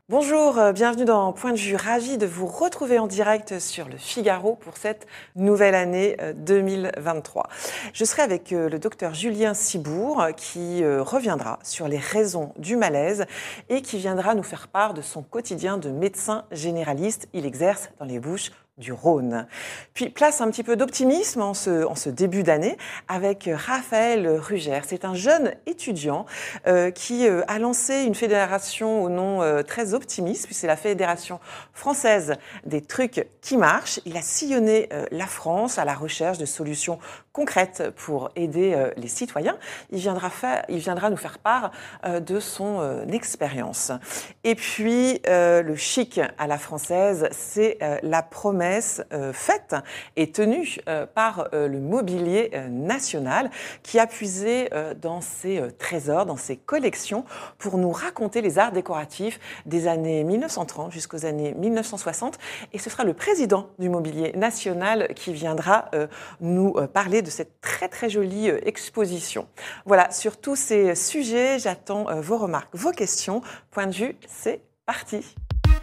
Bonjour, bienvenue dans Point de vue. Ravi de vous retrouver en direct sur le Figaro pour cette nouvelle année 2023. Je serai avec le docteur Julien Cibour qui reviendra sur les raisons du malaise et qui viendra nous faire part de son quotidien de médecin généraliste. Il exerce dans les Bouches du Rhône. Puis place un petit peu d'optimisme en ce début d'année avec Raphaël Ruger. C'est un jeune étudiant qui a lancé une fédération au nom très optimiste, puis c'est la Fédération française des trucs qui marchent. Il a sillonné la France à la recherche de solutions concrètes pour aider les citoyens. Il viendra nous faire part de son expérience. Et puis, le chic à la française, c'est la promesse faite et tenue par le mobilier national qui a puisé dans ses trésors, dans ses collections pour nous raconter les arts décoratifs des années 1930 jusqu'aux années 1960. Et ce sera le président du mobilier national qui viendra nous parler de cette très très jolie exposition. Voilà, sur tous ces sujets, j'attends vos remarques, vos questions. Point de vue, c'est parti.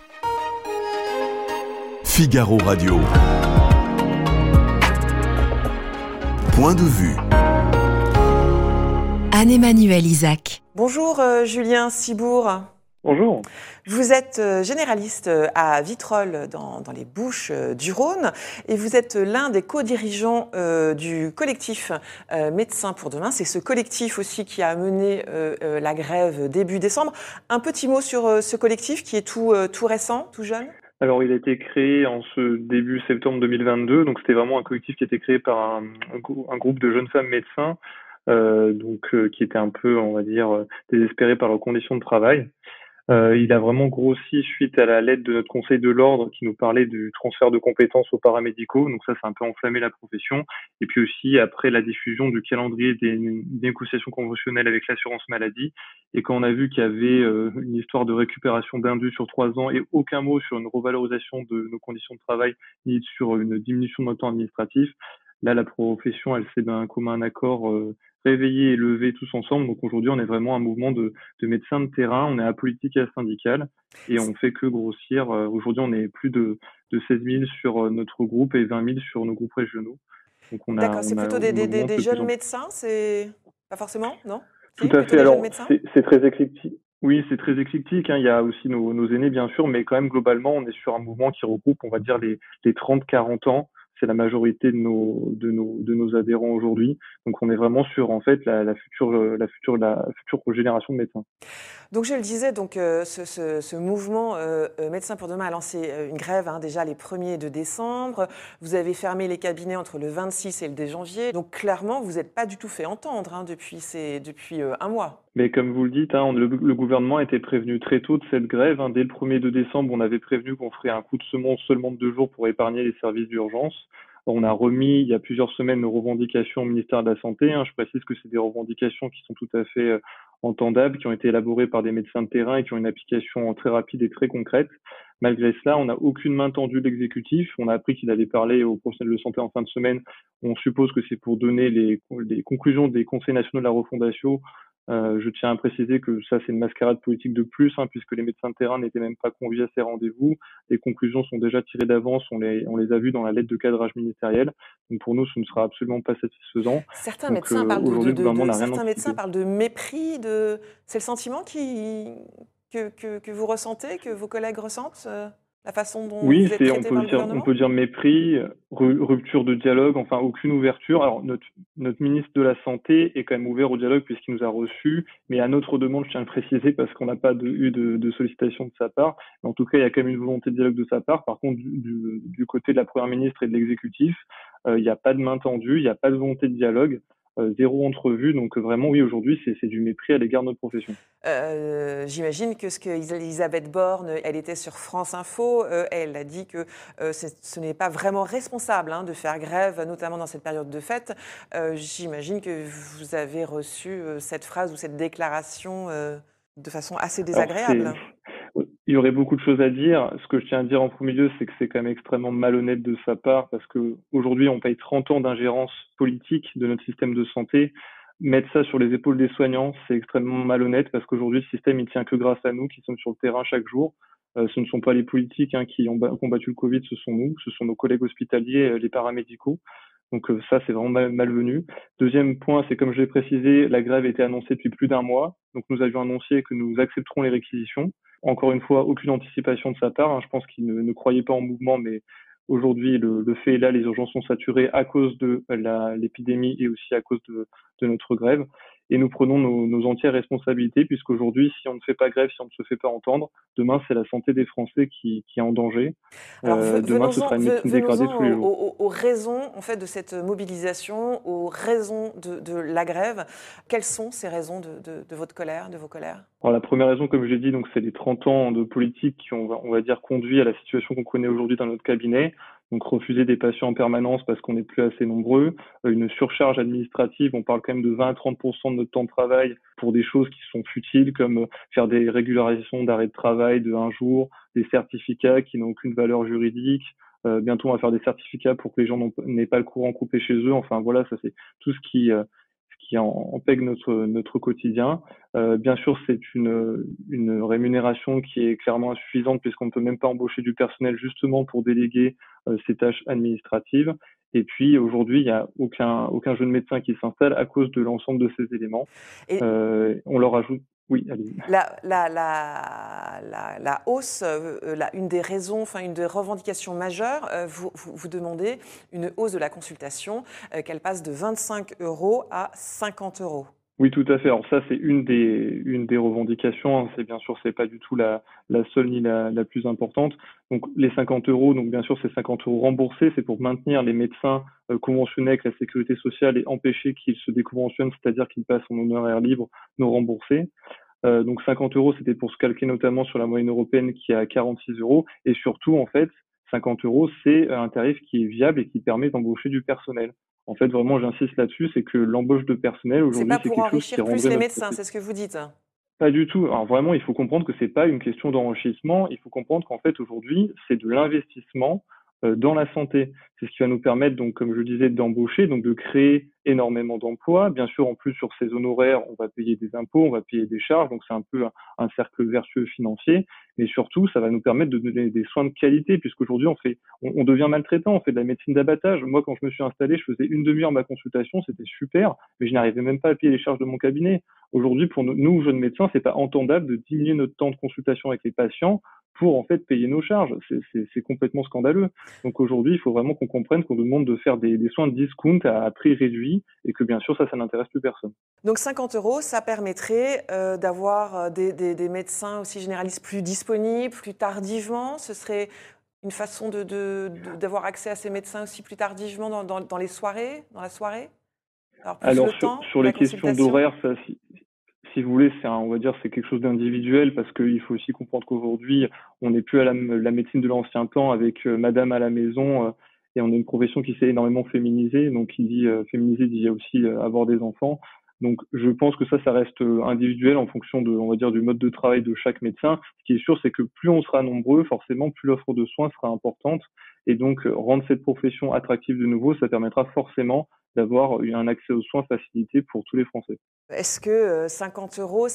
Figaro Radio. Point de vue. Anne-Emmanuelle Isaac. Bonjour Julien Cibour. Bonjour. Vous êtes généraliste à Vitrolles dans les Bouches du Rhône et vous êtes l'un des co-dirigeants du collectif Médecins pour demain. C'est ce collectif aussi qui a mené la grève début décembre. Un petit mot sur ce collectif qui est tout récent, tout jeune. Alors, il a été créé en ce début septembre 2022, donc c'était vraiment un collectif qui a été créé par un groupe de jeunes femmes médecins, qui étaient un peu, on va dire, désespérées par leurs conditions de travail. Il a vraiment grossi suite à la lettre de notre Conseil de l'Ordre qui nous parlait du transfert de compétences aux paramédicaux. Donc ça a un peu enflammé la profession. Et puis aussi après la diffusion du calendrier des négociations conventionnelles avec l'assurance maladie. Et quand on a vu qu'il y avait une histoire de récupération d'indus sur 3 ans et aucun mot sur une revalorisation de nos conditions de travail ni sur une diminution de notre temps administratif, là la profession elle s'est d'un commun accord réveillés et levés tous ensemble. Donc aujourd'hui, on est vraiment un mouvement de médecins de terrain, on est apolitique et asyndical et on fait que grossir. Aujourd'hui, on est plus de 16 000 sur notre groupe et 20 000 sur nos groupes régionaux. Donc D'accord, c'est plutôt des jeunes médecins, c'est pas forcément, non? Tout à fait, alors c'est très éclectique. Oui, c'est très éclectique, hein. Il y a aussi nos aînés, bien sûr, mais quand même, globalement, on est sur un mouvement qui regroupe, on va dire, les 30-40 ans. C'est la majorité de nos adhérents aujourd'hui. Donc, on est vraiment sur, en fait, la future génération de médecins. Donc, je le disais, ce mouvement Médecins pour demain a lancé une grève déjà les 1er de décembre. Vous avez fermé les cabinets entre le 26 et le 2 janvier. Donc, clairement, vous n'êtes pas du tout fait entendre depuis un mois. Mais comme vous le dites, le gouvernement a été prévenu très tôt de cette grève. Dès le 1er de décembre, on avait prévenu qu'on ferait un coup de semonce seulement de 2 jours pour épargner les services d'urgence. On a remis il y a plusieurs semaines nos revendications au ministère de la Santé. Je précise que c'est des revendications qui sont tout à fait entendables, qui ont été élaborées par des médecins de terrain et qui ont une application très rapide et très concrète. Malgré cela, on n'a aucune main tendue de l'exécutif. On a appris qu'il allait parler aux professionnels de santé en fin de semaine. On suppose que c'est pour donner les conclusions des conseils nationaux de la refondation. Je tiens à préciser que ça, c'est une mascarade politique de plus, puisque les médecins de terrain n'étaient même pas conviés à ces rendez-vous. Les conclusions sont déjà tirées d'avance, on les a vues dans la lettre de cadrage ministériel. Donc pour nous, ce ne sera absolument pas satisfaisant. Certains médecins parlent de mépris. C'est le sentiment que vous ressentez, que vos collègues ressentent la façon dont vous êtes traité par le gouvernement ? On peut dire mépris, rupture de dialogue, enfin aucune ouverture. Alors notre ministre de la Santé est quand même ouvert au dialogue puisqu'il nous a reçus, mais à notre demande, je tiens à le préciser parce qu'on n'a pas eu de sollicitation de sa part. Mais en tout cas, il y a quand même une volonté de dialogue de sa part. Par contre, du côté de la Première ministre et de l'exécutif, il n'y a pas de main tendue, il n'y a pas de volonté de dialogue. Zéro entrevue, donc vraiment oui, aujourd'hui c'est du mépris à l'égard de notre profession. J'imagine que Elisabeth Borne, elle était sur France Info, elle a dit que ce n'est pas vraiment responsable de faire grève, notamment dans cette période de fête. J'imagine que vous avez reçu cette phrase ou cette déclaration de façon assez désagréable. Il y aurait beaucoup de choses à dire. Ce que je tiens à dire en premier lieu, c'est que c'est quand même extrêmement malhonnête de sa part parce que aujourd'hui, on paye 30 ans d'ingérence politique de notre système de santé. Mettre ça sur les épaules des soignants, c'est extrêmement malhonnête parce qu'aujourd'hui, le système, il tient que grâce à nous qui sommes sur le terrain chaque jour. Ce ne sont pas les politiques qui ont combattu le Covid, ce sont nous, ce sont nos collègues hospitaliers, les paramédicaux. Donc ça, c'est vraiment malvenu. Deuxième point, c'est comme je l'ai précisé, la grève était annoncée depuis plus d'un mois. Donc nous avions annoncé que nous accepterons les réquisitions. Encore une fois, aucune anticipation de sa part. Je pense qu'il ne croyait pas en mouvement, mais aujourd'hui, le fait est là, les urgences sont saturées à cause de l'épidémie et aussi à cause de notre grève. Et nous prenons nos entières responsabilités, puisqu'aujourd'hui, si on ne fait pas grève, si on ne se fait pas entendre, demain, c'est la santé des Français qui est en danger. Alors Demain, ce sera une médecine dégradée tous les jours. aux raisons en fait, de cette mobilisation, aux raisons de la grève. Quelles sont ces raisons de votre colère, de vos colères? Alors, la première raison, comme je l'ai dit, donc, c'est les 30 ans de politique qui ont, on va dire, conduit à la situation qu'on connaît aujourd'hui dans notre cabinet. Donc, refuser des patients en permanence parce qu'on n'est plus assez nombreux, une surcharge administrative, on parle quand même de 20 à 30% de notre temps de travail pour des choses qui sont futiles, comme faire des régularisations d'arrêt de travail de un jour, des certificats qui n'ont aucune valeur juridique. Bientôt, on va faire des certificats pour que les gens n'aient pas le courant coupé chez eux. Enfin, voilà, ça c'est tout ce qui empêche notre quotidien. Bien sûr, c'est une rémunération qui est clairement insuffisante puisqu'on ne peut même pas embaucher du personnel justement pour déléguer ces tâches administratives. Et puis aujourd'hui, il n'y a aucun jeune médecin qui s'installe à cause de l'ensemble de ces éléments. Et on leur ajoute. Oui, allez-y. la hausse, une des raisons, enfin une des revendications majeures, vous demandez une hausse de la consultation, qu'elle passe de 25 € à 50 €. Oui, tout à fait. Alors ça, c'est une des revendications. C'est bien sûr, c'est pas du tout la seule ni la plus importante. Donc les 50 €, donc bien sûr, c'est 50 € remboursés. C'est pour maintenir les médecins conventionnés avec la sécurité sociale et empêcher qu'ils se déconventionnent, c'est-à-dire qu'ils passent en honoraires libres non remboursés. Donc 50 €, c'était pour se calquer notamment sur la moyenne européenne qui est à 46 €. Et surtout, en fait, 50 €, c'est un tarif qui est viable et qui permet d'embaucher du personnel. En fait, vraiment, j'insiste là-dessus, c'est que l'embauche de personnel, C'est aujourd'hui, pas c'est pour quelque chose qui enrichir plus rendrait les notre médecins, profession. c'est ce que vous dites? Pas du tout. Alors vraiment, il faut comprendre que c'est pas une question d'enrichissement. Il faut comprendre qu'en fait, aujourd'hui, c'est de l'investissement dans la santé. C'est ce qui va nous permettre, donc, comme je le disais, d'embaucher, donc de créer énormément d'emplois. Bien sûr, en plus, sur ces honoraires, on va payer des impôts, on va payer des charges. Donc, c'est un peu un cercle vertueux financier. Mais surtout, ça va nous permettre de donner des soins de qualité, puisqu'aujourd'hui, on devient maltraitant, on fait de la médecine d'abattage. Moi, quand je me suis installé, je faisais une demi-heure ma consultation, c'était super, mais je n'arrivais même pas à payer les charges de mon cabinet. Aujourd'hui, pour nous, jeunes médecins, c'est pas entendable de diminuer notre temps de consultation avec les patients pour en fait payer nos charges. C'est complètement scandaleux. Donc aujourd'hui, il faut vraiment qu'on comprenne qu'on nous demande de faire des soins de discount à prix réduit et que bien sûr, ça n'intéresse plus personne. Donc 50 €, ça permettrait d'avoir des médecins aussi généralistes plus disponibles, plus tardivement. Ce serait une façon d'avoir accès à ces médecins aussi plus tardivement dans les soirées, dans la soirée? Alors plus Alors le temps, sur la les questions consultation? d'horaire, ça, si vous voulez, on va dire, c'est quelque chose d'individuel parce qu'il faut aussi comprendre qu'aujourd'hui, on n'est plus à la médecine de l'ancien temps avec madame à la maison et on a une profession qui s'est énormément féminisée. Donc, qui dit féminisée dit aussi avoir des enfants. Donc, je pense que ça reste individuel en fonction on va dire, du mode de travail de chaque médecin. Ce qui est sûr, c'est que plus on sera nombreux, forcément, plus l'offre de soins sera importante. Et donc, rendre cette profession attractive de nouveau, ça permettra forcément d'avoir un accès aux soins facilité pour tous les Français. Est-ce que 50 €,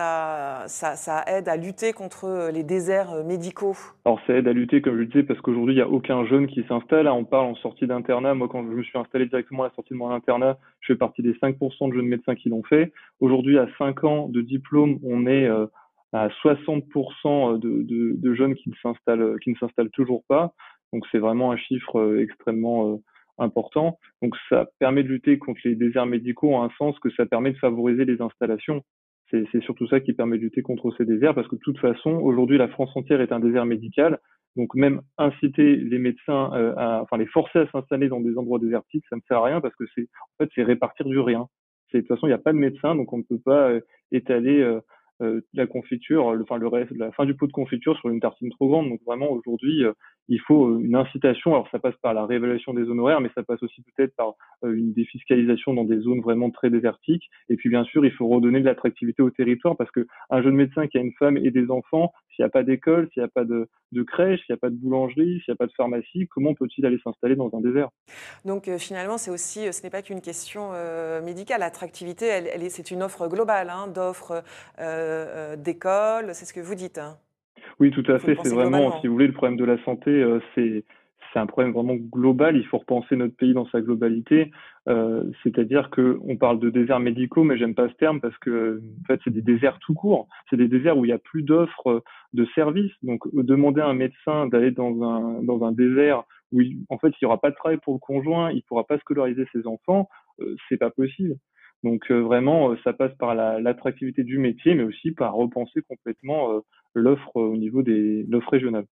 ça aide à lutter contre les déserts médicaux? Alors ça aide à lutter, comme je le disais, parce qu'aujourd'hui, il n'y a aucun jeune qui s'installe. Là, on parle en sortie d'internat. Moi, quand je me suis installé directement à la sortie de mon internat, je fais partie des 5% de jeunes médecins qui l'ont fait. Aujourd'hui, à 5 ans de diplôme, on est à 60% de jeunes qui ne s'installent toujours pas. Donc c'est vraiment un chiffre extrêmement important. Donc ça permet de lutter contre les déserts médicaux en un sens que ça permet de favoriser les installations. C'est surtout ça qui permet de lutter contre ces déserts, parce que de toute façon, aujourd'hui, la France entière est un désert médical. Donc même inciter les médecins, enfin les forcer à s'installer dans des endroits désertiques, ça ne sert à rien parce que c'est répartir du rien. De toute façon, il n'y a pas de médecin, donc on ne peut pas étaler la confiture, le reste, la fin du pot de confiture sur une tartine trop grande. Donc vraiment aujourd'hui, il faut une incitation. Alors ça passe par la réévaluation des honoraires, mais ça passe aussi peut-être par une défiscalisation dans des zones vraiment très désertiques. Et puis bien sûr, il faut redonner de l'attractivité au territoire parce que un jeune médecin qui a une femme et des enfants, s'il n'y a pas d'école, s'il n'y a pas de crèche, s'il n'y a pas de boulangerie, s'il n'y a pas de pharmacie, comment peut-il aller s'installer dans un désert? Donc finalement, c'est aussi, ce n'est pas qu'une question médicale. L'attractivité, c'est une offre globale d'offres d'écoles, c'est ce que vous dites. Oui, tout à Faut le fait. C'est penser vraiment, globalement. si vous voulez, le problème de la santé, c'est un problème vraiment global. Il faut repenser notre pays dans sa globalité. C'est-à-dire que on parle de déserts médicaux, mais j'aime pas ce terme parce que en fait, c'est des déserts tout court. C'est des déserts où il y a plus d'offres de services. Donc, demander à un médecin d'aller dans un désert où en fait, il y aura pas de travail pour le conjoint, il pourra pas scolariser ses enfants, c'est pas possible. Donc vraiment, ça passe par l'attractivité du métier, mais aussi par repenser complètement l'offre au niveau de l'offre régionale.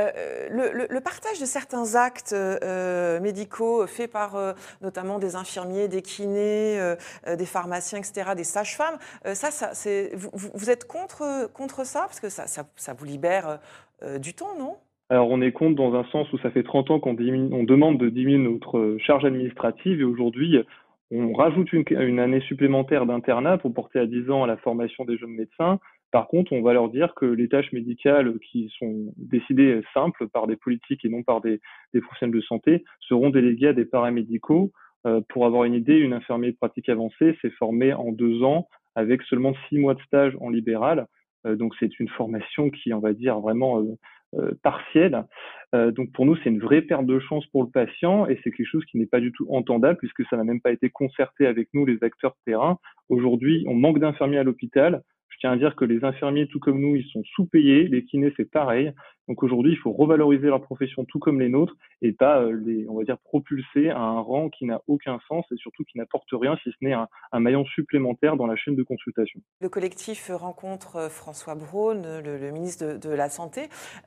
Le partage de certains actes médicaux faits par notamment des infirmiers, des kinés, des pharmaciens, etc., des sages-femmes, vous êtes contre ça? Parce que ça vous libère du temps, non? Alors on est contre dans un sens où ça fait 30 ans on demande de diminuer notre charge administrative et aujourd'hui on rajoute une année supplémentaire d'internat pour porter à 10 ans à la formation des jeunes médecins. Par contre, on va leur dire que les tâches médicales qui sont décidées simples par des politiques et non par des professionnels de santé seront déléguées à des paramédicaux. Pour avoir une idée, une infirmière de pratique avancée s'est formée en 2 ans avec seulement 6 mois de stage en libéral. Donc c'est une formation qui, on va dire, vraiment partielle. Donc pour nous, c'est une vraie perte de chance pour le patient et c'est quelque chose qui n'est pas du tout entendable puisque ça n'a même pas été concerté avec nous, les acteurs de terrain. Aujourd'hui, on manque d'infirmiers à l'hôpital. Je tiens à dire que les infirmiers, tout comme nous, ils sont sous-payés. Les kinés, c'est pareil. Donc aujourd'hui, il faut revaloriser leur profession tout comme les nôtres et pas on va dire, propulser à un rang qui n'a aucun sens et surtout qui n'apporte rien si ce n'est un maillon supplémentaire dans la chaîne de consultation. Le collectif rencontre François Braun, le ministre de la Santé.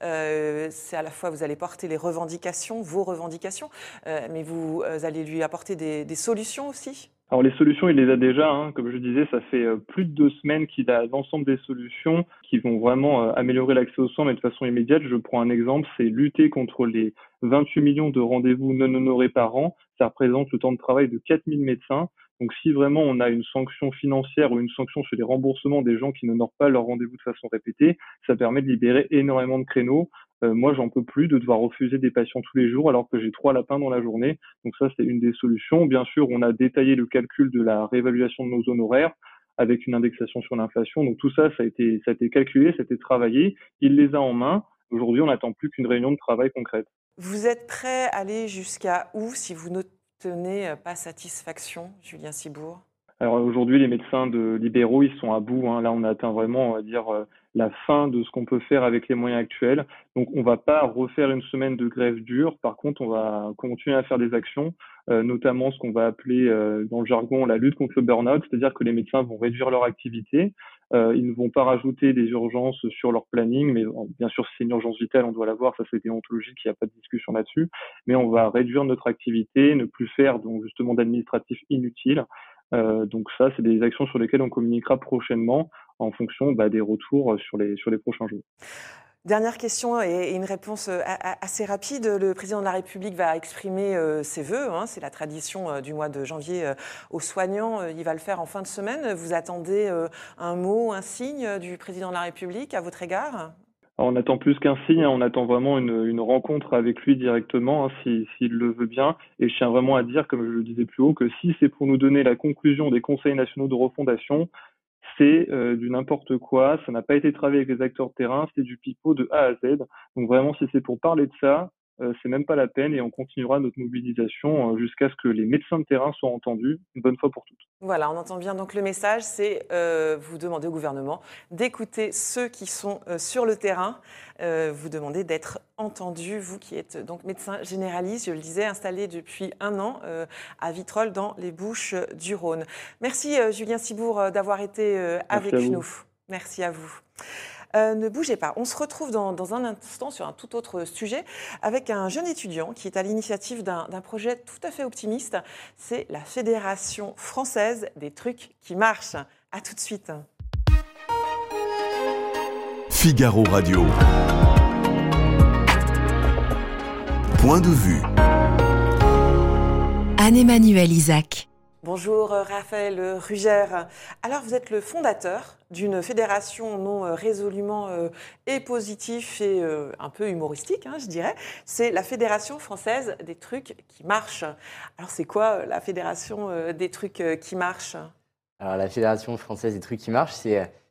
C'est à la fois, vous allez porter les revendications, vos revendications, mais vous allez lui apporter des solutions aussi? Alors les solutions, il les a déjà, hein. Comme je disais, ça fait plus de 2 semaines qu'il a l'ensemble des solutions qui vont vraiment améliorer l'accès aux soins, mais de façon immédiate. Je prends un exemple, c'est lutter contre les 28 millions de rendez-vous non honorés par an. Ça représente le temps de travail de 4000 médecins. Donc si vraiment on a une sanction financière ou une sanction sur les remboursements des gens qui n'honorent pas leurs rendez-vous de façon répétée, ça permet de libérer énormément de créneaux. Moi, j'en peux plus de devoir refuser des patients tous les jours alors que j'ai 3 lapins dans la journée. Donc ça, c'est une des solutions. Bien sûr, on a détaillé le calcul de la réévaluation de nos honoraires avec une indexation sur l'inflation. Donc tout ça, ça a été calculé, ça a été travaillé. Il les a en main. Aujourd'hui, on n'attend plus qu'une réunion de travail concrète. Vous êtes prêt à aller jusqu'à où si vous n'obtenez pas satisfaction, Julien Cibourg? Alors aujourd'hui, les médecins libéraux, ils sont à bout, hein. Là, on a atteint vraiment, on va dire, la fin de ce qu'on peut faire avec les moyens actuels. Donc, on va pas refaire une semaine de grève dure. Par contre, on va continuer à faire des actions, notamment ce qu'on va appeler dans le jargon la lutte contre le burn-out, c'est-à-dire que les médecins vont réduire leur activité. Ils ne vont pas rajouter des urgences sur leur planning, mais bien sûr, si c'est une urgence vitale, on doit l'avoir. Ça, c'est déontologique, il n'y a pas de discussion là-dessus. Mais on va réduire notre activité, ne plus faire donc justement d'administratif inutile. Donc ça, c'est des actions sur lesquelles on communiquera prochainement en fonction des retours sur les prochains jours. Dernière question et une réponse assez rapide. Le président de la République va exprimer ses vœux, hein, c'est la tradition du mois de janvier aux soignants. Il va le faire en fin de semaine. Vous attendez un mot, un signe du président de la République à votre égard? Alors, on attend plus qu'un signe, hein, on attend vraiment une rencontre avec lui directement, hein, s'il le veut bien. Et je tiens vraiment à dire, comme je le disais plus haut, que si c'est pour nous donner la conclusion des conseils nationaux de refondation, c'est du n'importe quoi. Ça n'a pas été travaillé avec les acteurs de terrain, c'est du pipeau de A à Z. Donc vraiment, si c'est pour parler de ça, c'est même pas la peine et on continuera notre mobilisation jusqu'à ce que les médecins de terrain soient entendus une bonne fois pour toutes. Voilà, on entend bien. Donc le message, c'est vous demandez au gouvernement d'écouter ceux qui sont sur le terrain. Vous demandez d'être entendu, vous qui êtes donc médecin généraliste, je le disais, installé depuis 1 an à Vitrolles dans les Bouches-du-Rhône. Merci Julien Cibourg d'avoir été avec nous. Merci à vous. Ne bougez pas. On se retrouve dans un instant sur un tout autre sujet avec un jeune étudiant qui est à l'initiative d'un projet tout à fait optimiste. C'est la Fédération française des trucs qui marchent. À tout de suite. Figaro Radio. Point de vue. Anne-Emmanuelle Isaac. Bonjour Raphaël Rugère. Alors vous êtes le fondateur d'une fédération non résolument et positif et un peu humoristique, hein, je dirais. C'est la Fédération française des trucs qui marchent. Alors c'est quoi la Fédération des trucs qui marchent ? Alors la Fédération française des trucs qui marchent, c'est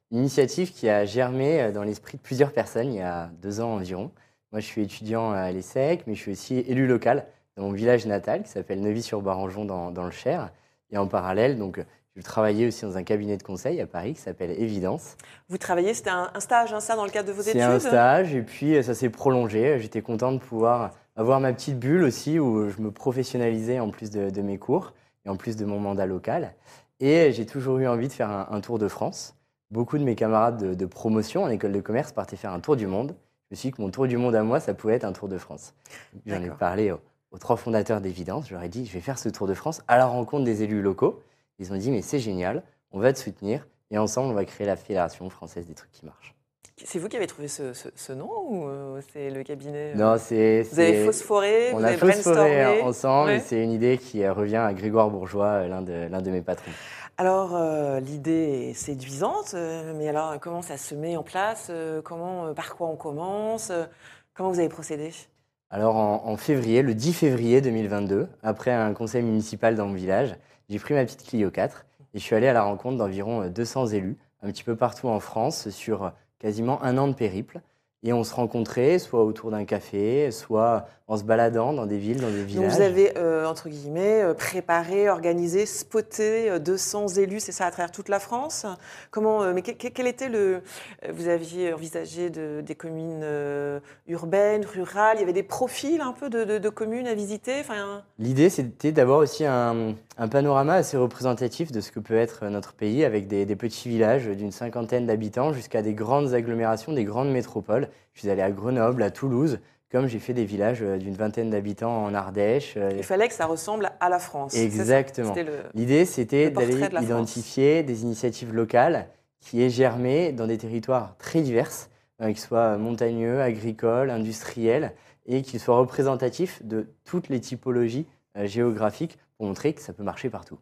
Une initiative qui a germé dans l'esprit de plusieurs personnes il y a 2 ans environ. Moi, je suis étudiant à l'ESSEC, mais je suis aussi élu local dans mon village natal qui s'appelle Neuvy-sur-Barangeon dans le Cher. Et en parallèle, donc, je travaillais aussi dans un cabinet de conseil à Paris qui s'appelle Évidence. Vous travaillez, c'était un stage, ça, dans le cadre de vos études? C'est un stage et puis ça s'est prolongé. J'étais content de pouvoir avoir ma petite bulle aussi où je me professionnalisais en plus de mes cours et en plus de mon mandat local. Et j'ai toujours eu envie de faire un tour de France. Beaucoup de mes camarades de promotion en école de commerce partaient faire un tour du monde. Je me suis dit que mon tour du monde à moi, ça pouvait être un tour de France. J'en ai parlé aux 3 fondateurs d'Évidence. Je leur ai dit, je vais faire ce tour de France à la rencontre des élus locaux. Ils ont dit, mais c'est génial, on va te soutenir et ensemble, on va créer la Fédération française des trucs qui marchent. C'est vous qui avez trouvé ce nom ou c'est le cabinet? Non, Vous avez phosphoré, vous avez phosphoré ensemble ouais. et c'est une idée qui revient à Grégoire Bourgeois, l'un de mes patrons. Alors, l'idée est séduisante, mais alors comment ça se met en place? Par quoi on commence? Comment vous avez procédé? Alors en février, le 10 février 2022, après un conseil municipal dans mon village, j'ai pris ma petite Clio 4 et je suis allé à la rencontre d'environ 200 élus, un petit peu partout en France, sur quasiment 1 an de périple. Et on se rencontrait soit autour d'un café, soit en se baladant dans des villes, dans des villages. Donc vous avez, entre guillemets, préparé, organisé, spoté 200 élus, c'est ça, à travers toute la France? Mais quel était vous aviez envisagé des communes urbaines, rurales, il y avait des profils un peu de communes à visiter? L'idée, c'était d'avoir aussi un panorama assez représentatif de ce que peut être notre pays, avec des petits villages d'une 50aine d'habitants jusqu'à des grandes agglomérations, des grandes métropoles. Je suis allé à Grenoble, à Toulouse, comme j'ai fait des villages d'une 20aine d'habitants en Ardèche. Il fallait que ça ressemble à la France. Exactement. L'idée, c'était d'aller identifier des initiatives locales qui aient germé dans des territoires très divers, qui soient montagneux, agricoles, industriels, et qui soient représentatifs de toutes les typologies géographiques pour montrer que ça peut marcher partout.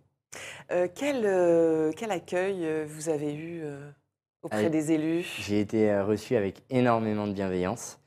Quel accueil vous avez eu auprès des élus? J'ai été reçu avec énormément de bienveillance.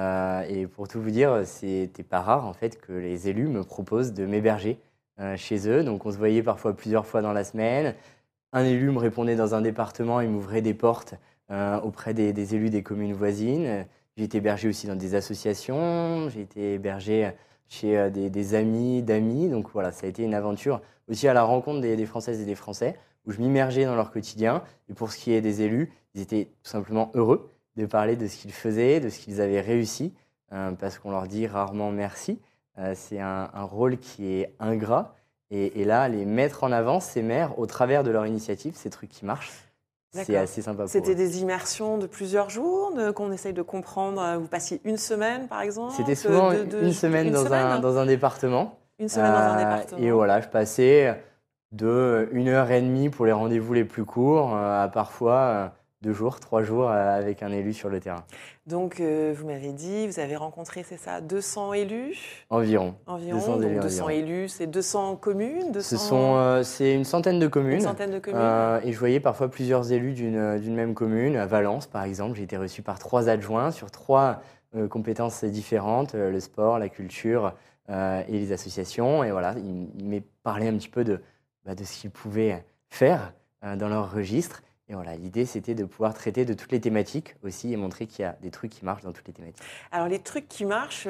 Et pour tout vous dire, c'était pas rare en fait que les élus me proposent de m'héberger chez eux. Donc on se voyait parfois plusieurs fois dans la semaine. Un élu me répondait dans un département et m'ouvrait des portes auprès des élus des communes voisines. J'ai été hébergé aussi dans des associations. J'ai été hébergé chez des amis d'amis. Donc voilà, ça a été une aventure aussi à la rencontre des Françaises et des Français, où je m'immergeais dans leur quotidien. Et pour ce qui est des élus, ils étaient tout simplement heureux de parler de ce qu'ils faisaient, de ce qu'ils avaient réussi, parce qu'on leur dit rarement merci. C'est un rôle qui est ingrat. Et là, les mettre en avant, ces maires, au travers de leur initiative, ces trucs qui marchent, c'est assez sympa pour eux. C'était des immersions de plusieurs jours, qu'on essaye de comprendre. Vous passiez une semaine, par exemple? C'était souvent une semaine dans un département. Une semaine dans un département. Et voilà, je passais de 1h30 pour les rendez-vous les plus courts à parfois 2 jours, 3 jours avec un élu sur le terrain. Donc, vous m'avez dit, vous avez rencontré, c'est ça, 200 élus? Environ. 200 élus, c'est 200 communes? C'est une centaine de communes. Une centaine de communes. Et je voyais parfois plusieurs élus d'une même commune. À Valence, par exemple, j'ai été reçu par 3 adjoints sur 3 compétences différentes, le sport, la culture et les associations. Et voilà, ils m'ont parlé un petit peu de ce qu'ils pouvaient faire dans leur registre. Et voilà, l'idée, c'était de pouvoir traiter de toutes les thématiques aussi et montrer qu'il y a des trucs qui marchent dans toutes les thématiques. Alors, les trucs qui marchent,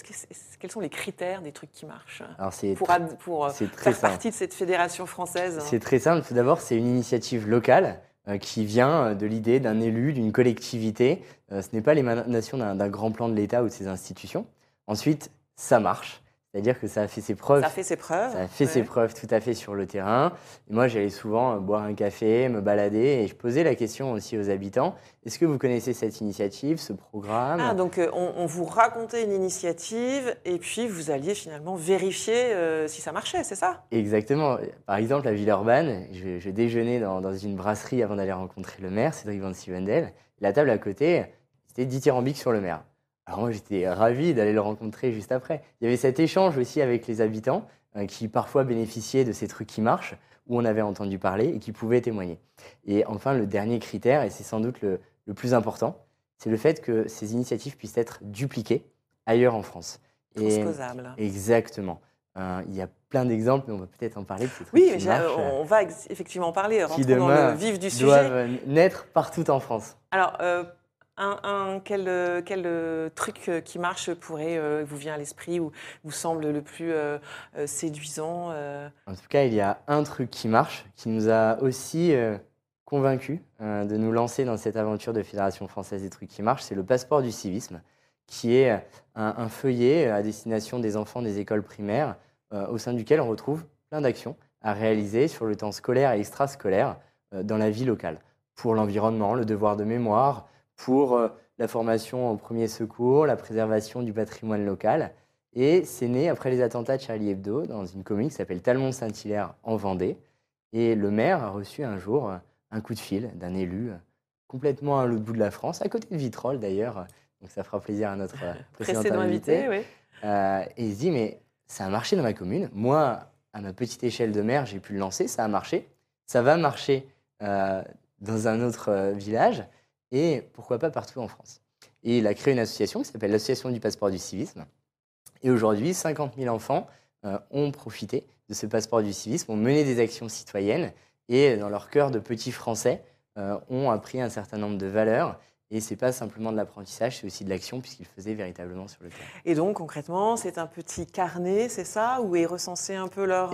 quels sont les critères des trucs qui marchent? Alors, pour faire partie de cette fédération française? C'est très simple. Tout d'abord, c'est une initiative locale qui vient de l'idée d'un élu, d'une collectivité. Ce n'est pas l'émanation d'un grand plan de l'État ou de ses institutions. Ensuite, ça marche. C'est-à-dire que ça a fait ses preuves. Ça a fait ses preuves. Ça a fait ses preuves tout à fait sur le terrain. Et moi, j'allais souvent boire un café, me balader et je posais la question aussi aux habitants. Est-ce que vous connaissez cette initiative, ce programme? Ah, donc on vous racontait une initiative et puis vous alliez finalement vérifier si ça marchait, c'est ça? Exactement. Par exemple, à Villeurbanne, je déjeunais dans une brasserie avant d'aller rencontrer le maire, Cédric Van Sivendel. La table à côté, c'était dithyrambique sur le maire. Alors moi, j'étais ravi d'aller le rencontrer juste après. Il y avait cet échange aussi avec les habitants qui parfois bénéficiaient de ces trucs qui marchent, où on avait entendu parler et qui pouvaient témoigner. Et enfin, le dernier critère, et c'est sans doute le plus important, c'est le fait que ces initiatives puissent être dupliquées ailleurs en France. Transposables. Exactement. Il y a plein d'exemples, mais on va peut-être en parler de ces trucs Oui, qui marchent, on va effectivement en parler, qui rentrons dans demain le vif du sujet. doivent naître partout en France. Alors, quel truc qui marche vous vient à l'esprit ou vous semble le plus séduisant En tout cas, il y a un truc qui marche, qui nous a aussi convaincus de nous lancer dans cette aventure de Fédération française des trucs qui marchent, c'est le passeport du civisme, qui est un feuillet à destination des enfants des écoles primaires, au sein duquel on retrouve plein d'actions à réaliser sur le temps scolaire et extrascolaire dans la vie locale, pour l'environnement, le devoir de mémoire, pour la formation au premier secours, la préservation du patrimoine local. Et c'est né après les attentats de Charlie Hebdo dans une commune qui s'appelle Talmont-Saint-Hilaire en Vendée. Et le maire a reçu un jour un coup de fil d'un élu complètement à l'autre bout de la France, à côté de Vitrolles d'ailleurs. Donc ça fera plaisir à notre précédent invité. Oui. Et il se dit, mais ça a marché dans ma commune. Moi, à ma petite échelle de maire, j'ai pu le lancer, ça a marché. Ça va marcher dans un autre village et pourquoi pas partout en France. Et il a créé une association qui s'appelle l'Association du passeport du civisme. Et aujourd'hui, 50 000 enfants ont profité de ce passeport du civisme, ont mené des actions citoyennes et dans leur cœur de petits Français, ont appris un certain nombre de valeurs. Et ce n'est pas simplement de l'apprentissage, c'est aussi de l'action puisqu'ils faisaient véritablement sur le terrain. Et donc, concrètement, c'est un petit carnet, c'est ça, où est recensé un peu leurs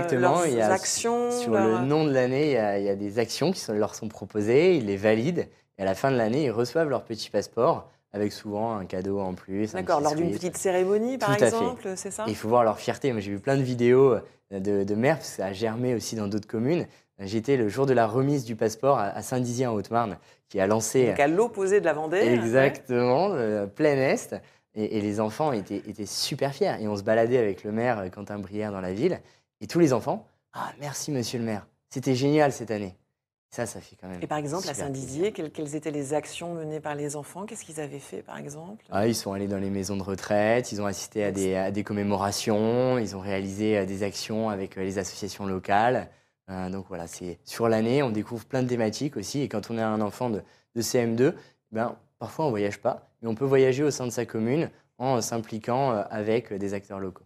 actions Sur le nom de l'année, il y a des actions qui leur sont proposées, ils les valident. Et à la fin de l'année, ils reçoivent leur petit passeport avec souvent un cadeau en plus. D'accord, lors d'une petite cérémonie, par exemple, c'est ça ? Et il faut voir leur fierté. Moi, j'ai vu plein de vidéos de maires, parce que ça a germé aussi dans d'autres communes. J'étais le jour de la remise du passeport à Saint-Dizier en Haute-Marne, qui a lancé... Donc à l'opposé de la Vendée. Exactement, plein Est. Et les enfants étaient super fiers. Et on se baladait avec le maire Quentin Brière dans la ville. Et tous les enfants, « Ah, merci monsieur le maire, c'était génial cette année ». Ça fait quand même... Et par exemple, à Saint-Dizier, quelles étaient les actions menées par les enfants ? Qu'est-ce qu'ils avaient fait, par exemple ? Ils sont allés dans les maisons de retraite, ils ont assisté à des commémorations, ils ont réalisé des actions avec les associations locales. Donc voilà, c'est sur l'année, on découvre plein de thématiques aussi. Et quand on a un enfant de CM2, parfois on ne voyage pas, mais on peut voyager au sein de sa commune en s'impliquant avec des acteurs locaux.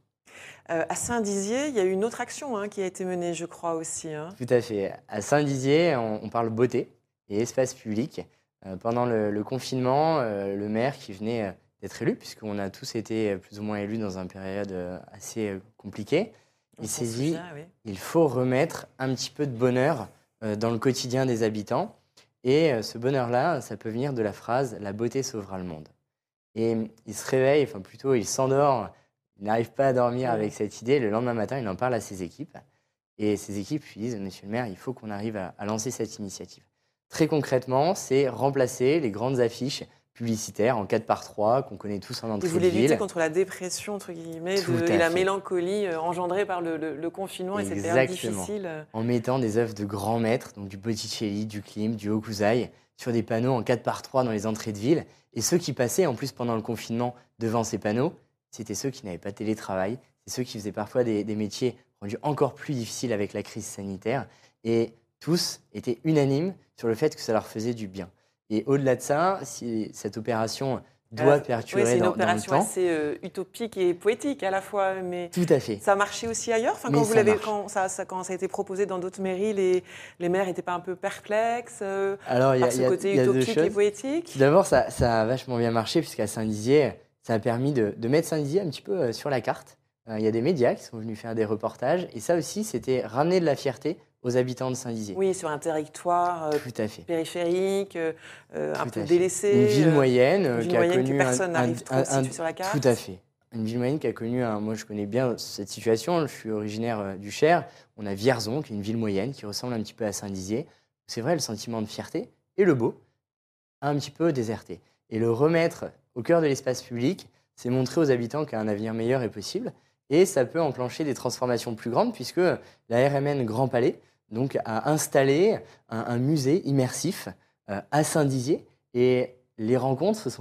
À Saint-Dizier, il y a eu une autre action qui a été menée, je crois aussi. Tout à fait. À Saint-Dizier, on parle beauté et espace public. Pendant le confinement, le maire qui venait d'être élu, puisqu'on a tous été plus ou moins élus dans une période assez compliquée, il s'est dit il faut remettre un petit peu de bonheur dans le quotidien des habitants. Et ce bonheur-là, ça peut venir de la phrase « la beauté sauvera le monde ». Et il se réveille, enfin plutôt il s'endort, il n'arrive pas à dormir avec cette idée. Le lendemain matin, il en parle à ses équipes. Et ses équipes lui disent « Monsieur le maire, il faut qu'on arrive à lancer cette initiative ». Très concrètement, c'est remplacer les grandes affiches publicitaires en 4x3 qu'on connaît tous en entrée de ville. Vous voulez lutter contre la dépression, entre guillemets, et la mélancolie engendrée par le confinement et cette période difficile. En mettant des œuvres de grands maîtres, donc du Botticelli, du Klimt, du Hokusai, sur des panneaux en 4x3 dans les entrées de ville. Et ceux qui passaient, en plus, pendant le confinement, devant ces panneaux, c'était ceux qui n'avaient pas de télétravail, c'est ceux qui faisaient parfois des métiers rendus encore plus difficiles avec la crise sanitaire. Et tous étaient unanimes sur le fait que ça leur faisait du bien. Et au-delà de ça, si cette opération doit perdurer dans le temps... C'est une opération assez utopique et poétique à la fois. Mais tout à fait. Ça marchait aussi ailleurs quand ça a été proposé dans d'autres mairies, les maires n'étaient pas un peu perplexes par ce côté utopique et poétique? D'abord, ça a vachement bien marché, puisqu'à Saint-Dizier, ça a permis de mettre Saint-Dizier un petit peu sur la carte. Il y a des médias qui sont venus faire des reportages. Et ça aussi, c'était ramener de la fierté aux habitants de Saint-Dizier. Oui, sur un territoire périphérique, un peu délaissé. Une ville moyenne qui a connu que personne n'arrive trop à situer sur la carte. Tout à fait. Une ville moyenne qui a connu, moi je connais bien cette situation, je suis originaire du Cher, on a Vierzon, qui est une ville moyenne, qui ressemble un petit peu à Saint-Dizier. C'est vrai, le sentiment de fierté et le beau a un petit peu déserté. Et le remettre au cœur de l'espace public, c'est montrer aux habitants qu'un avenir meilleur est possible. Et ça peut enclencher des transformations plus grandes, puisque la RMN Grand Palais donc, a installé un musée immersif à Saint-Dizier. Et les rencontres se sont faites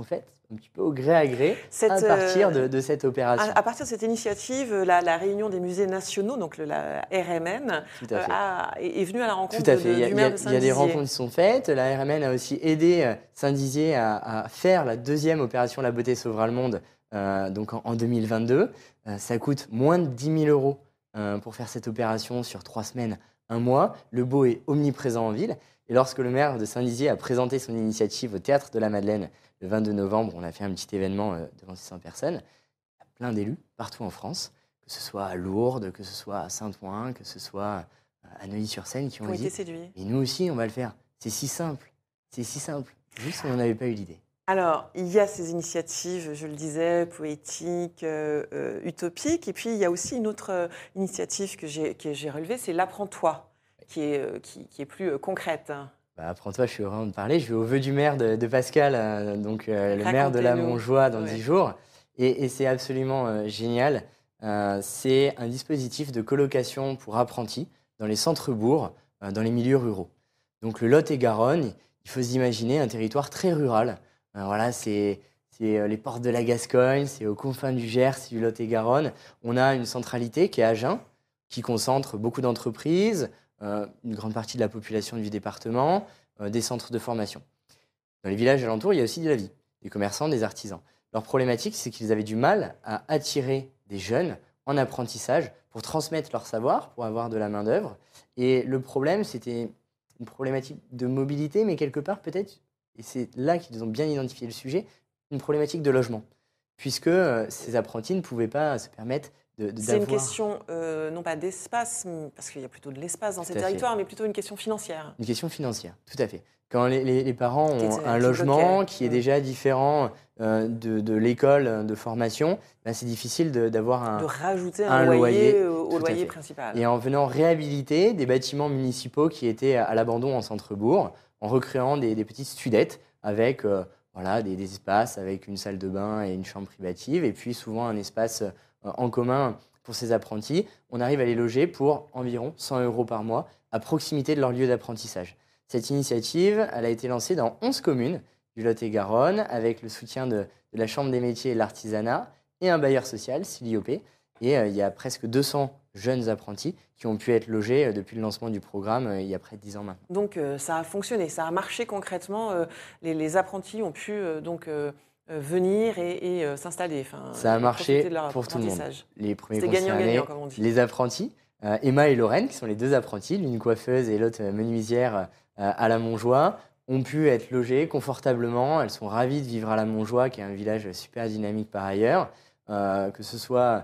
un petit peu au gré à gré à partir de cette opération. À partir de cette initiative, la réunion des musées nationaux, donc la RMN, est venue à la rencontre du maire de Saint-Dizier. Il y a des rencontres qui sont faites. La RMN a aussi aidé Saint-Dizier à faire la deuxième opération La beauté sauvera le monde donc en 2022. Ça coûte moins de 10 000 euros pour faire cette opération sur 3 semaines, 1 mois. Le beau est omniprésent en ville. Et lorsque le maire de Saint-Dizier a présenté son initiative au Théâtre de la Madeleine le 22 novembre, on a fait un petit événement devant 600 personnes. Il y a plein d'élus partout en France, que ce soit à Lourdes, que ce soit à Saint-Ouen, que ce soit à Neuilly-sur-Seine, qui ont dit été séduits. Mais nous aussi, on va le faire. C'est si simple. C'est si simple. Juste, on n'avait pas eu l'idée. Alors, il y a ces initiatives, je le disais, poétiques, utopiques. Et puis, il y a aussi une autre initiative que j'ai relevée, c'est l'Apprends-toi, qui est plus concrète. Apprends-toi, je suis heureux de parler. Je vais au vœu du maire de Pascal, le maire de la Montjoie, dans 10 jours. Et c'est absolument génial. C'est un dispositif de colocation pour apprentis dans les centres-bourgs, dans les milieux ruraux. Donc le Lot-et-Garonne, il faut s'imaginer un territoire très rural. Voilà, c'est les portes de la Gascogne, c'est aux confins du Gers, du Lot-et-Garonne. On a une centralité qui est Agen, qui concentre beaucoup d'entreprises, une grande partie de la population du département, des centres de formation. Dans les villages alentours, il y a aussi de la vie, des commerçants, des artisans. Leur problématique, c'est qu'ils avaient du mal à attirer des jeunes en apprentissage pour transmettre leur savoir, pour avoir de la main-d'œuvre. Et le problème, c'était une problématique de mobilité, mais quelque part, peut-être, et c'est là qu'ils ont bien identifié le sujet, une problématique de logement. Puisque ces apprentis ne pouvaient pas se permettre c'est une question, non pas d'espace, parce qu'il y a plutôt de l'espace dans ces territoires, mais plutôt une question financière. Une question financière, tout à fait. Quand les parents ont un logement qui est déjà différent de l'école de formation, ben c'est difficile d'avoir de rajouter un loyer au loyer principal. Et en venant réhabiliter des bâtiments municipaux qui étaient à l'abandon en centre-bourg, en recréant des petites studettes avec des espaces avec une salle de bain et une chambre privative, et puis souvent un espace en commun pour ces apprentis, on arrive à les loger pour environ 100 € par mois à proximité de leur lieu d'apprentissage. Cette initiative, elle a été lancée dans 11 communes du Lot-et-Garonne avec le soutien de la Chambre des métiers et de l'artisanat et un bailleur social, Ciliop. Et il y a presque 200 jeunes apprentis qui ont pu être logés depuis le lancement du programme il y a près de 10 ans maintenant. Donc ça a fonctionné, ça a marché concrètement. Les apprentis ont pu venir et s'installer. Ça a marché pour tout le monde. Les premiers concernés, comme on dit. Les apprentis, Emma et Lorraine, qui sont les 2 apprentis, l'une coiffeuse et l'autre menuisière à la Montjoie, ont pu être logées confortablement. Elles sont ravies de vivre à la Montjoie, qui est un village super dynamique par ailleurs. Que ce soit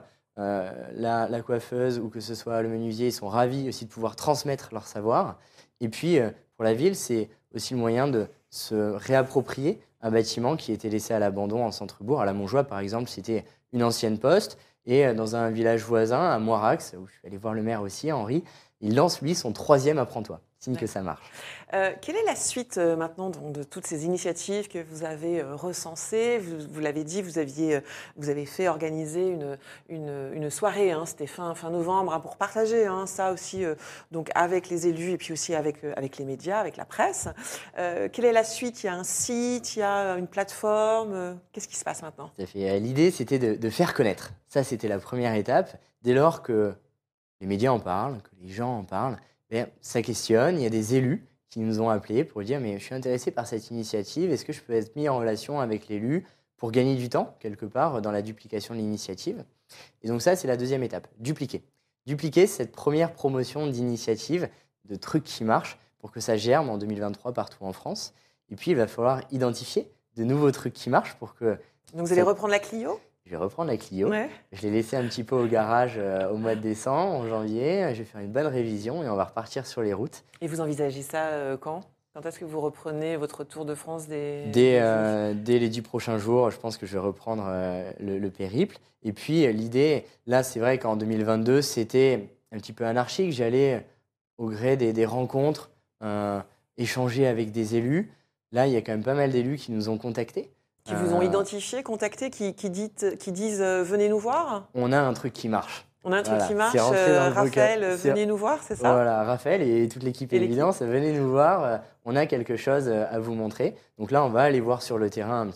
la coiffeuse ou que ce soit le menuisier, ils sont ravis aussi de pouvoir transmettre leur savoir. Et puis, pour la ville, c'est aussi le moyen de se réapproprier un bâtiment qui était laissé à l'abandon en centre-bourg. À la Montjoie, par exemple, c'était une ancienne poste. Et dans un village voisin, à Moirax, où je suis allé voir le maire aussi, Henri, il lance, lui, son 3e Apprends-toi. Signe que ça marche. Quelle est la suite maintenant de toutes ces initiatives que vous avez recensées? Vous l'avez dit, vous avez fait organiser une soirée, c'était fin novembre, pour partager ça aussi donc avec les élus et puis aussi avec les médias, avec la presse. Quelle est la suite? Il y a un site, il y a une plateforme. Qu'est-ce qui se passe maintenant? L'idée, c'était de faire connaître. Ça, c'était la première étape. Dès lors que les médias en parlent, que les gens en parlent, ça questionne. Il y a des élus qui nous ont appelés pour dire « mais je suis intéressé par cette initiative, est-ce que je peux être mis en relation avec l'élu pour gagner du temps, quelque part, dans la duplication de l'initiative ?» Et donc ça, c'est la deuxième étape, dupliquer. Dupliquer cette première promotion d'initiative, de trucs qui marchent, pour que ça germe en 2023 partout en France. Et puis, il va falloir identifier de nouveaux trucs qui marchent pour que... Donc vous allez reprendre la Clio ? Je vais reprendre la Clio. Ouais. Je l'ai laissée un petit peu au garage au mois de décembre, en janvier. Je vais faire une bonne révision et on va repartir sur les routes. Et vous envisagez ça quand ? Quand est-ce que vous reprenez votre tour de France dès les 10 prochains jours, je pense que je vais reprendre le périple. Et puis l'idée, là, c'est vrai qu'en 2022, c'était un petit peu anarchique. J'allais au gré des rencontres, échanger avec des élus. Là, il y a quand même pas mal d'élus qui nous ont contactés. Qui vous ont identifié, contacté, qui disent venez nous voir ? On a un truc qui marche. On a un truc qui marche. Raphaël, venez nous voir, c'est ça ? Voilà, Raphaël et toute l'équipe Évidence, venez nous voir. On a quelque chose à vous montrer. Donc là, on va aller voir sur le terrain un petit peu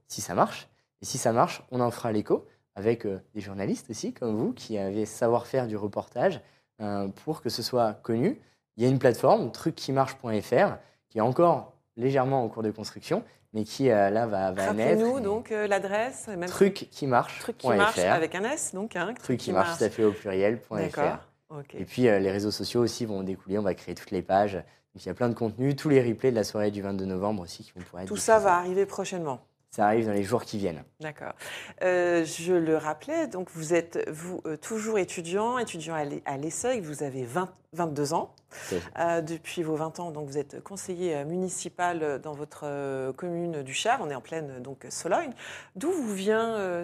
si ça marche. Et si ça marche, on en fera l'écho avec des journalistes aussi, comme vous, qui avez savoir-faire du reportage pour que ce soit connu. Il y a une plateforme, trucquimarche.fr, qui est encore légèrement en cours de construction, mais qui là va naître. Rappelez-nous donc l'adresse. Trucquimarche.fr. Truc qui marche avec un S, donc. Truc qui marche, tout à fait au pluriel.fr. D'accord. Okay. Et puis les réseaux sociaux aussi vont découler, on va créer toutes les pages. Donc il y a plein de contenus, tous les replays de la soirée du 22 novembre aussi qui vont pouvoir être Tout diffusés. ça va arriver prochainement. Ça arrive dans les jours qui viennent. D'accord. Je le rappelais, donc vous êtes toujours étudiant à l'ESSEC, vous avez 22 ans. Depuis vos 20 ans, donc vous êtes conseiller municipal dans votre commune du Cher, on est en pleine donc, Sologne. D'où vous vient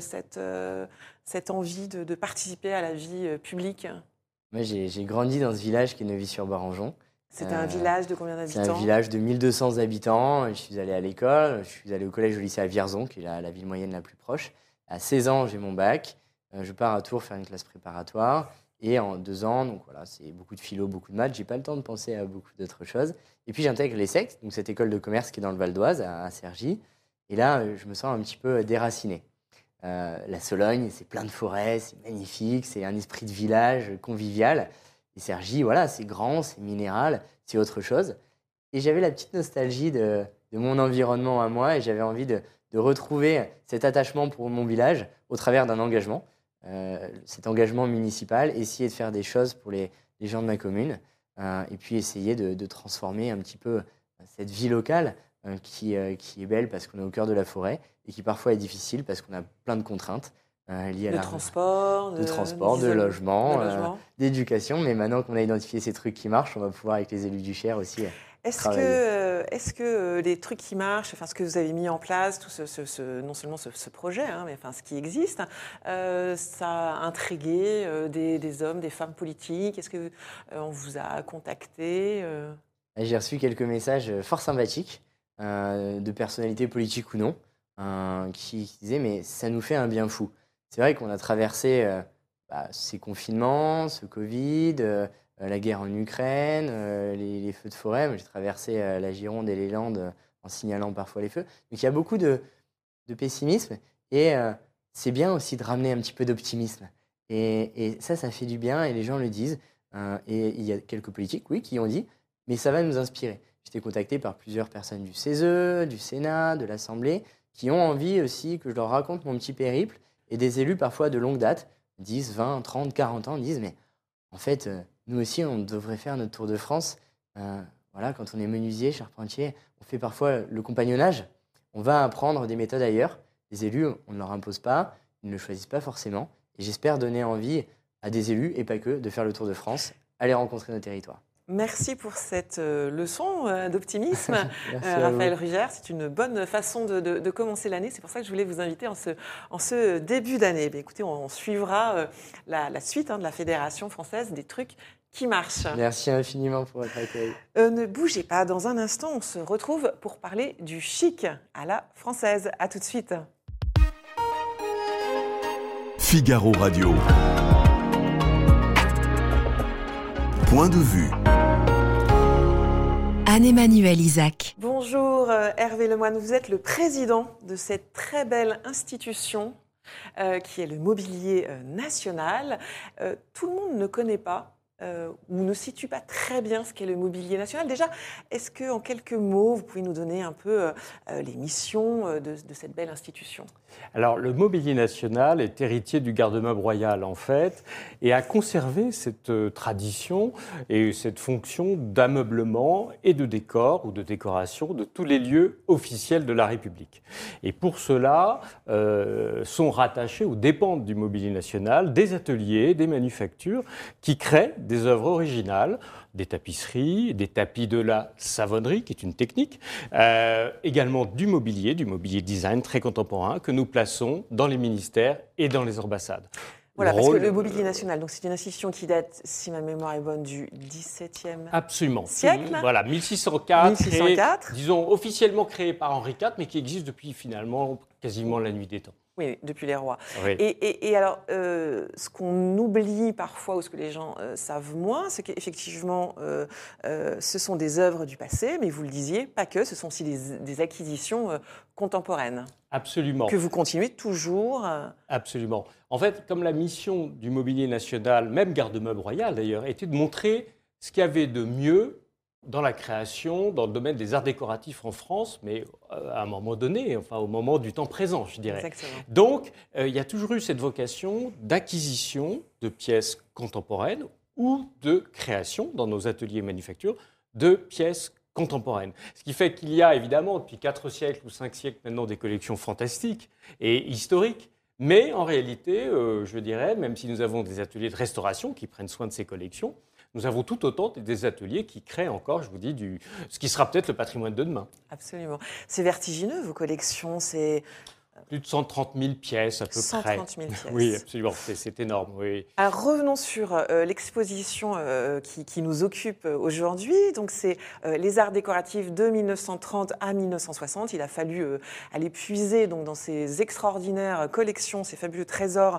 cette envie de participer à la vie publique ? Moi, j'ai grandi dans ce village qui est Neuvy-sur-Barangeon. C'est un village de combien d'habitants ? C'est un village de 1200 habitants. Je suis allé à l'école, je suis allé au collège au lycée à Vierzon, qui est la ville moyenne la plus proche. À 16 ans, j'ai mon bac. Je pars à Tours faire une classe préparatoire. Et en 2 ans, donc voilà, c'est beaucoup de philo, beaucoup de maths. J'ai pas le temps de penser à beaucoup d'autres choses. Et puis j'intègre l'ESSEC, donc cette école de commerce qui est dans le Val d'Oise, à Cergy. Et là, je me sens un petit peu déraciné. La Sologne, c'est plein de forêts, c'est magnifique, c'est un esprit de village convivial. Et Cergy, voilà, c'est grand, c'est minéral, c'est autre chose. Et j'avais la petite nostalgie de mon environnement à moi et j'avais envie de retrouver cet attachement pour mon village au travers d'un engagement, cet engagement municipal, essayer de faire des choses pour les gens de ma commune et puis essayer de transformer un petit peu cette vie locale qui est belle parce qu'on est au cœur de la forêt et qui parfois est difficile parce qu'on a plein de contraintes. Liées à transport, de logement, d'éducation. Mais maintenant qu'on a identifié ces trucs qui marchent, on va pouvoir, avec les élus du Cher aussi, travailler. Est-ce que les trucs qui marchent, enfin, ce que vous avez mis en place, tout non seulement ce projet, hein, mais enfin, ce qui existe, ça a intrigué des hommes, des femmes politiques ? Est-ce qu'on vous a contacté J'ai reçu quelques messages fort sympathiques de personnalités politiques ou non qui disaient « mais ça nous fait un bien fou ». C'est vrai qu'on a traversé ces confinements, ce Covid, la guerre en Ukraine, les feux de forêt. Moi, j'ai traversé la Gironde et les Landes en signalant parfois les feux. Donc il y a beaucoup de pessimisme et c'est bien aussi de ramener un petit peu d'optimisme. Et ça fait du bien et les gens le disent. Et il y a quelques politiques, oui, qui ont dit « mais ça va nous inspirer ». J'étais contacté par plusieurs personnes du CESE, du Sénat, de l'Assemblée, qui ont envie aussi que je leur raconte mon petit périple. Et des élus parfois de longue date, 10, 20, 30, 40 ans, disent « mais en fait, nous aussi, on devrait faire notre tour de France. Voilà, quand on est menuisier, charpentier, on fait parfois le compagnonnage. On va apprendre des méthodes ailleurs. Les élus, on ne leur impose pas, ils ne le choisissent pas forcément. Et j'espère donner envie à des élus, et pas que, de faire le tour de France, aller rencontrer nos territoires. » Merci pour cette leçon d'optimisme, Raphaël Ruger. C'est une bonne façon de commencer l'année. C'est pour ça que je voulais vous inviter en ce début d'année. Écoutez, on suivra la suite de la Fédération française des trucs qui marchent. Merci infiniment pour votre accueil. Ne bougez pas. Dans un instant, on se retrouve pour parler du chic à la française. À tout de suite. Figaro Radio. Point de vue. Anne-Emmanuelle Isaac. Bonjour Hervé Lemoine, vous êtes le président de cette très belle institution qui est le Mobilier National. Tout le monde ne connaît pas ou ne situe pas très bien ce qu'est le Mobilier National. Déjà, est-ce qu'en quelques mots, vous pouvez nous donner un peu les missions de cette belle institution ? Alors, le Mobilier National est héritier du garde-meuble royal, en fait, et a conservé cette tradition et cette fonction d'ameublement et de décor ou de décoration de tous les lieux officiels de la République. Et pour cela, sont rattachés ou dépendent du Mobilier National des ateliers, des manufactures qui créent des œuvres originales, des tapisseries, des tapis de la savonnerie, qui est une technique, également du mobilier design très contemporain que nous plaçons dans les ministères et dans les ambassades. Voilà, parce que le Mobilier National, donc c'est une institution qui date, si ma mémoire est bonne, du XVIIe siècle. Voilà, 1604. 1604. Disons officiellement créé par Henri IV, mais qui existe depuis finalement quasiment la nuit des temps. Oui, depuis les rois. Oui. Et alors, ce qu'on oublie parfois, ou ce que les gens savent moins, c'est qu'effectivement, ce sont des œuvres du passé, mais vous le disiez, pas que, ce sont aussi des acquisitions contemporaines. Absolument. Que vous continuez toujours. Absolument. En fait, comme la mission du Mobilier National, même Garde-Meuble Royal d'ailleurs, était de montrer ce qu'il y avait de mieux dans la création, dans le domaine des arts décoratifs en France, mais à un moment donné, enfin au moment du temps présent, je dirais. Exactement. Donc, il y a toujours eu cette vocation d'acquisition de pièces contemporaines ou de création, dans nos ateliers manufacture, de pièces contemporaines. Ce qui fait qu'il y a évidemment, depuis 4 siècles ou 5 siècles maintenant, des collections fantastiques et historiques. Mais en réalité, je dirais, même si nous avons des ateliers de restauration qui prennent soin de ces collections, nous avons tout autant des ateliers qui créent encore, je vous dis, ce qui sera peut-être le patrimoine de demain. Absolument. C'est vertigineux, vos collections, c'est... Plus de 130 000 pièces à peu 130 près. 000 pièces. Oui, absolument, c'est énorme. Oui. Alors revenons sur l'exposition qui nous occupe aujourd'hui. Donc c'est les arts décoratifs de 1930 à 1960. Il a fallu aller puiser donc, dans ces extraordinaires collections, ces fabuleux trésors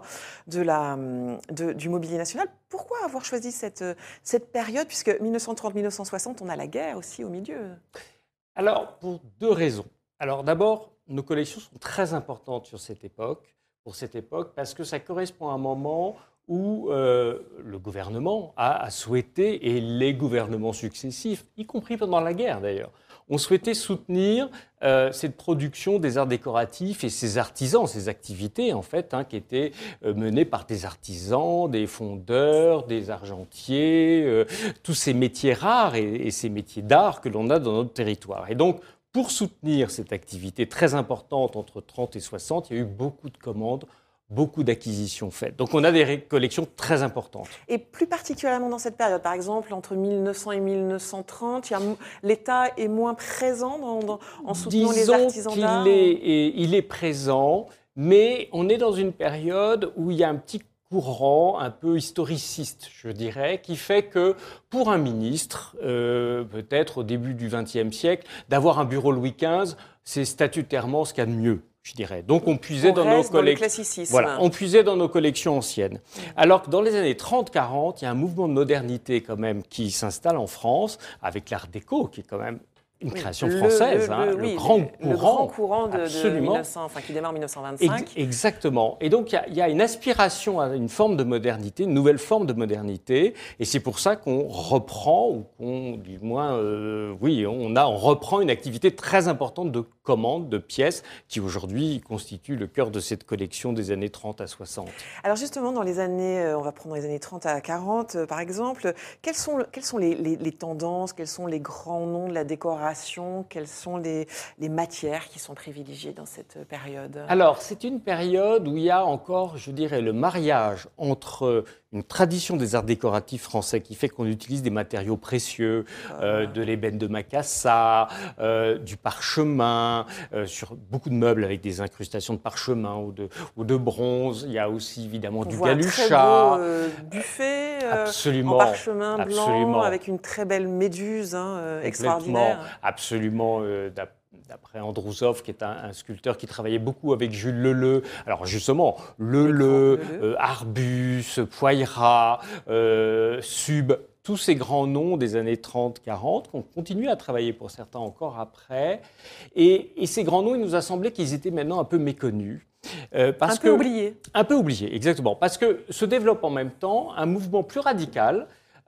du Mobilier National. Pourquoi avoir choisi cette période, puisque 1930-1960, on a la guerre aussi au milieu? Alors, pour 2 raisons. Alors d'abord, nos collections sont très importantes pour cette époque, parce que ça correspond à un moment où le gouvernement a souhaité, et les gouvernements successifs, y compris pendant la guerre d'ailleurs, ont souhaité soutenir cette production des arts décoratifs et ces artisans, ces activités en fait, qui étaient menées par des artisans, des fondeurs, des argentiers, tous ces métiers rares et ces métiers d'art que l'on a dans notre territoire. Et donc, pour soutenir cette activité très importante entre 30 et 60, il y a eu beaucoup de commandes, beaucoup d'acquisitions faites. Donc on a des collections très importantes. Et plus particulièrement dans cette période, par exemple, entre 1900 et 1930, l'État est moins présent en soutenant les artisans d'art. Il est présent, mais on est dans une période où il y a un petit courant un peu historiciste, je dirais, qui fait que pour un ministre, peut-être au début du XXe siècle, d'avoir un bureau Louis XV, c'est statutairement ce qu'il y a de mieux, je dirais. Donc on puisait dans nos collections. Voilà, on puisait dans nos collections anciennes. Alors que dans les années 30-40, il y a un mouvement de modernité quand même qui s'installe en France avec l'art déco, qui est quand même une création française, le grand courant de 1900, qui démarre en 1925. Exactement. Et donc, il y a une aspiration à une forme de modernité, une nouvelle forme de modernité. Et c'est pour ça qu'on reprend, ou qu'on, du moins, on reprend une activité très importante de commandes, de pièces, qui aujourd'hui constituent le cœur de cette collection des années 30 à 60. Alors justement, dans les années, on va prendre les années 30 à 40, par exemple, quelles sont les tendances, quels sont les grands noms de la décoration? Quelles sont les matières qui sont privilégiées dans cette période? Alors, c'est une période où il y a encore, je dirais, le mariage entre une tradition des arts décoratifs français qui fait qu'on utilise des matériaux précieux, de l'ébène de Macassar, du parchemin, sur beaucoup de meubles avec des incrustations de parchemin ou de bronze. Il y a aussi évidemment du galuchat. Un très beau buffet absolument, en parchemin blanc absolument. Avec une très belle méduse extraordinaire. Absolument. D'après Androusov, qui est un sculpteur qui travaillait beaucoup avec Jules Leleu. Alors justement, Leleu, Arbus, Poirat, Sub, tous ces grands noms des années 30-40 qu'on continue à travailler pour certains encore après. Et ces grands noms, il nous a semblé qu'ils étaient maintenant un peu méconnus. Un peu oubliés. Un peu oubliés, exactement. Parce que se développe en même temps un mouvement plus radical,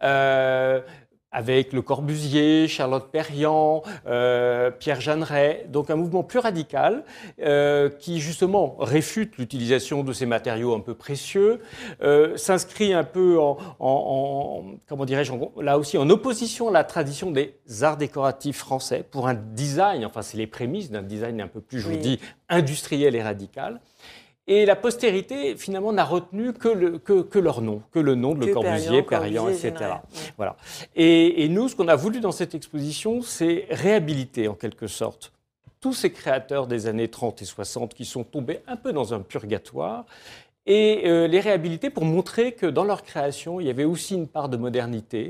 avec Le Corbusier, Charlotte Perriand, Pierre Jeanneret, donc un mouvement plus radical qui justement réfute l'utilisation de ces matériaux un peu précieux, s'inscrit un peu comment dirais-je, là aussi en opposition à la tradition des arts décoratifs français pour un design, enfin c'est les prémices d'un design un peu plus, je vous dis, industriel et radical. Et la postérité, finalement, n'a retenu que leur nom, que le nom de Le Corbusier, Perriand, etc. Voilà. Et nous, ce qu'on a voulu dans cette exposition, c'est réhabiliter, en quelque sorte, tous ces créateurs des années 30 et 60 qui sont tombés un peu dans un purgatoire, et les réhabiliter pour montrer que dans leur création, il y avait aussi une part de modernité,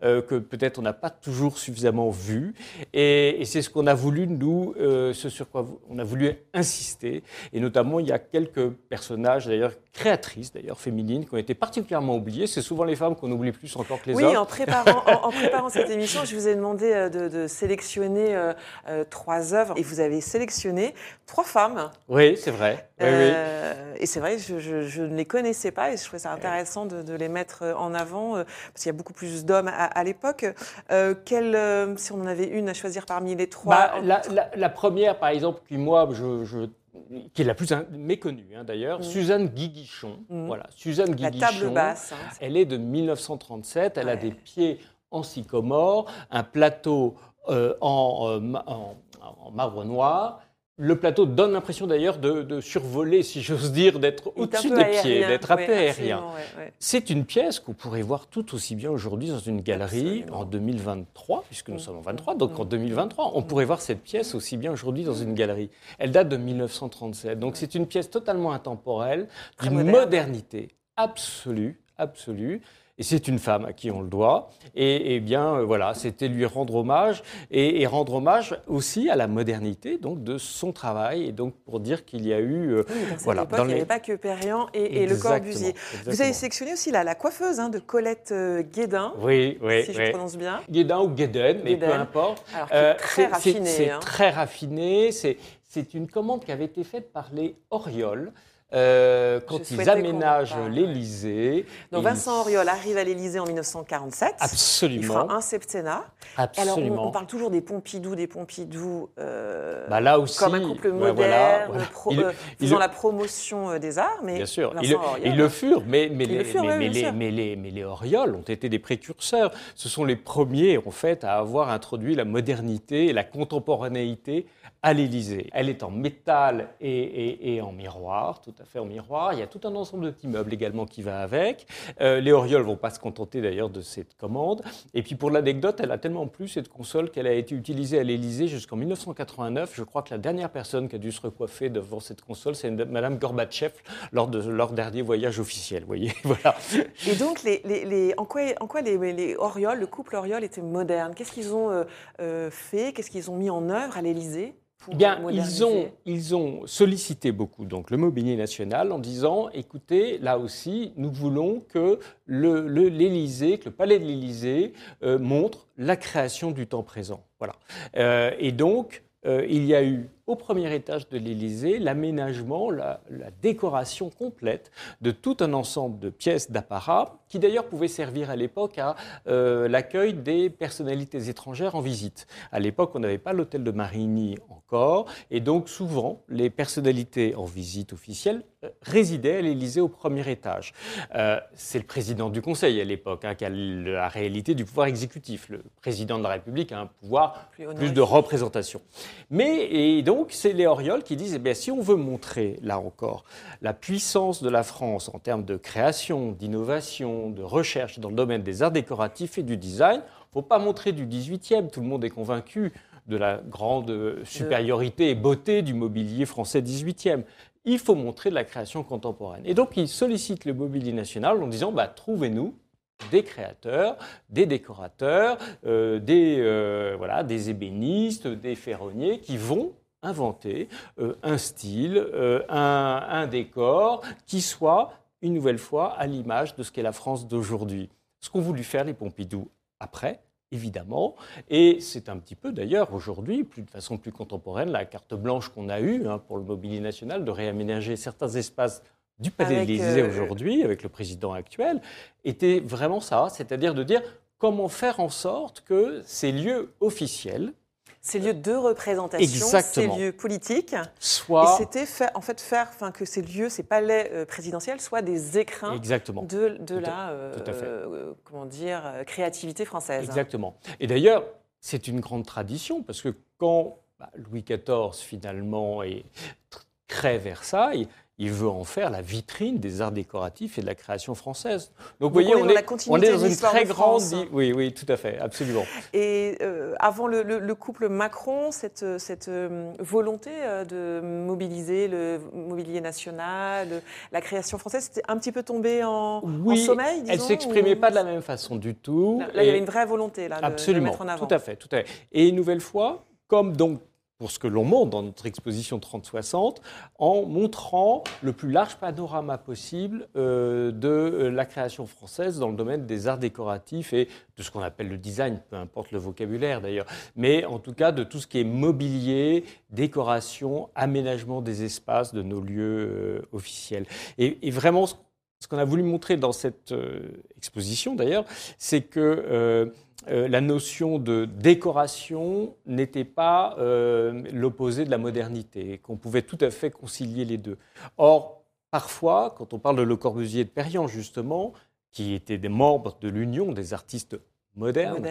que peut-être on n'a pas toujours suffisamment vu. Et c'est ce qu'on a voulu, nous, ce sur quoi on a voulu insister. Et notamment, il y a quelques personnages, d'ailleurs, créatrices, d'ailleurs, féminines, qui ont été particulièrement oubliées. C'est souvent les femmes qu'on oublie plus encore que les hommes. Oui, en préparant cette émission, je vous ai demandé de sélectionner 3 œuvres. Et vous avez sélectionné 3 femmes. Oui, c'est vrai. Oui. Et c'est vrai, je ne les connaissais pas et je trouvais ça intéressant de les mettre en avant parce qu'il y a beaucoup plus d'hommes à l'époque. Si on en avait une à choisir parmi les 3 la première, par exemple, qui moi, qui est la plus méconnue d'ailleurs, Suzanne Guiguichon. Voilà, Suzanne Guiguichon. La table basse. Elle est de 1937. Elle a des pieds en sycomore, un plateau en marbre noir. Le plateau donne l'impression d'ailleurs de survoler, si j'ose dire, d'être au-dessus des pieds, d'être un peu aérien. C'est une pièce qu'on pourrait voir tout aussi bien aujourd'hui dans une galerie en 2023, puisque nous sommes en 23, donc en 2023, on pourrait voir cette pièce aussi bien aujourd'hui dans une galerie. Elle date de 1937, donc c'est une pièce totalement intemporelle, d'une modernité absolue. Et c'est une femme à qui on le doit. Et bien, voilà, c'était lui rendre hommage et rendre hommage aussi à la modernité donc, de son travail. Et donc, pour dire qu'il y a eu... dans cette époque, il n'y avait pas que Perriand et Le Corbusier. Vous avez sélectionné aussi la coiffeuse de Colette Guédin, si je prononce bien. Guédin ou Guéden, mais peu importe. Alors, c'est très raffiné. C'est très raffiné. C'est une commande qui avait été faite par les Auriol. Quand ils aménagent l'Élysée. Donc Vincent Auriol arrive à l'Élysée en 1947. Absolument. Il fera un septennat. Absolument. Alors on parle toujours des Pompidou, là aussi, comme un couple moderne, faisant la promotion des arts. Mais bien sûr, Vincent ils le furent, mais les Auriol ont été des précurseurs. Ce sont les premiers, en fait, à avoir introduit la modernité et la contemporanéité à l'Élysée. Elle est en métal et en miroir, tout à fait en miroir. Il y a tout un ensemble de petits meubles également qui va avec. Les Auriol ne vont pas se contenter d'ailleurs de cette commande. Et puis pour l'anecdote, elle a tellement plu cette console qu'elle a été utilisée à l'Élysée jusqu'en 1989. Je crois que la dernière personne qui a dû se recoiffer devant cette console, c'est Madame Gorbatchev lors de leur dernier voyage officiel. Vous voyez, voilà. Et donc, en quoi les Auriol, le couple Auriol était moderne? Qu'est-ce qu'ils ont fait? Qu'est-ce qu'ils ont mis en œuvre à l'Élysée? Eh bien, ils ont sollicité beaucoup donc, le mobilier national en disant, écoutez, là aussi, nous voulons que l'Élysée, que le palais de l'Élysée montre la création du temps présent. Voilà. Et donc, il y a eu au premier étage de l'Élysée l'aménagement, la décoration complète de tout un ensemble de pièces d'apparat qui d'ailleurs pouvaient servir à l'époque à l'accueil des personnalités étrangères en visite. À l'époque, on n'avait pas l'hôtel de Marigny encore et donc souvent les personnalités en visite officielle résidaient à l'Élysée au premier étage. C'est le président du Conseil à l'époque qui a la réalité du pouvoir exécutif. Le président de la République a un pouvoir plus de représentation. Et donc, c'est les Auriol qui disent, eh bien, si on veut montrer, là encore, la puissance de la France en termes de création, d'innovation, de recherche dans le domaine des arts décoratifs et du design, il ne faut pas montrer du 18e. Tout le monde est convaincu de la grande supériorité et beauté du mobilier français 18e. Il faut montrer de la création contemporaine. Et donc, ils sollicitent le mobilier national en disant, trouvez-nous des créateurs, des décorateurs, des ébénistes, des ferronniers qui vont inventer un style, un décor qui soit, une nouvelle fois, à l'image de ce qu'est la France d'aujourd'hui. Ce qu'ont voulu faire les Pompidou après, évidemment, et c'est un petit peu d'ailleurs aujourd'hui, de façon plus contemporaine, la carte blanche qu'on a eue pour le mobilier national de réaménager certains espaces du Palais de l'Élysée aujourd'hui, avec le président actuel, était vraiment ça, c'est-à-dire de dire comment faire en sorte que ces lieux officiels, ces lieux de représentation, ces lieux politiques, et c'était faire que ces lieux, ces palais présidentiels, soient des écrins de la créativité française. Exactement. Et d'ailleurs, c'est une grande tradition, parce que quand Louis XIV, finalement, crée Versailles, il veut en faire la vitrine des arts décoratifs et de la création française. Donc, Donc vous voyez, on est dans la continuité on est dans de une l'histoire très de grande... France. Oui, tout à fait, absolument. Et avant le couple Macron, cette volonté de mobiliser le mobilier national, la création française, c'était un petit peu tombé en sommeil, disons, elle ne s'exprimait pas de la même façon du tout. Là, il y avait une vraie volonté là, de le mettre en avant. Tout à fait. Et une nouvelle fois, comme donc pour ce que l'on montre dans notre exposition 30-60, en montrant le plus large panorama possible de la création française dans le domaine des arts décoratifs et de ce qu'on appelle le design, peu importe le vocabulaire d'ailleurs, mais en tout cas de tout ce qui est mobilier, décoration, aménagement des espaces de nos lieux officiels. Et vraiment, ce qu'on a voulu montrer dans cette exposition d'ailleurs, c'est que la notion de décoration n'était pas l'opposé de la modernité, qu'on pouvait tout à fait concilier les deux. Or, parfois, quand on parle de Le Corbusier et de Perriand, justement, qui étaient des membres de l'Union des artistes modernes,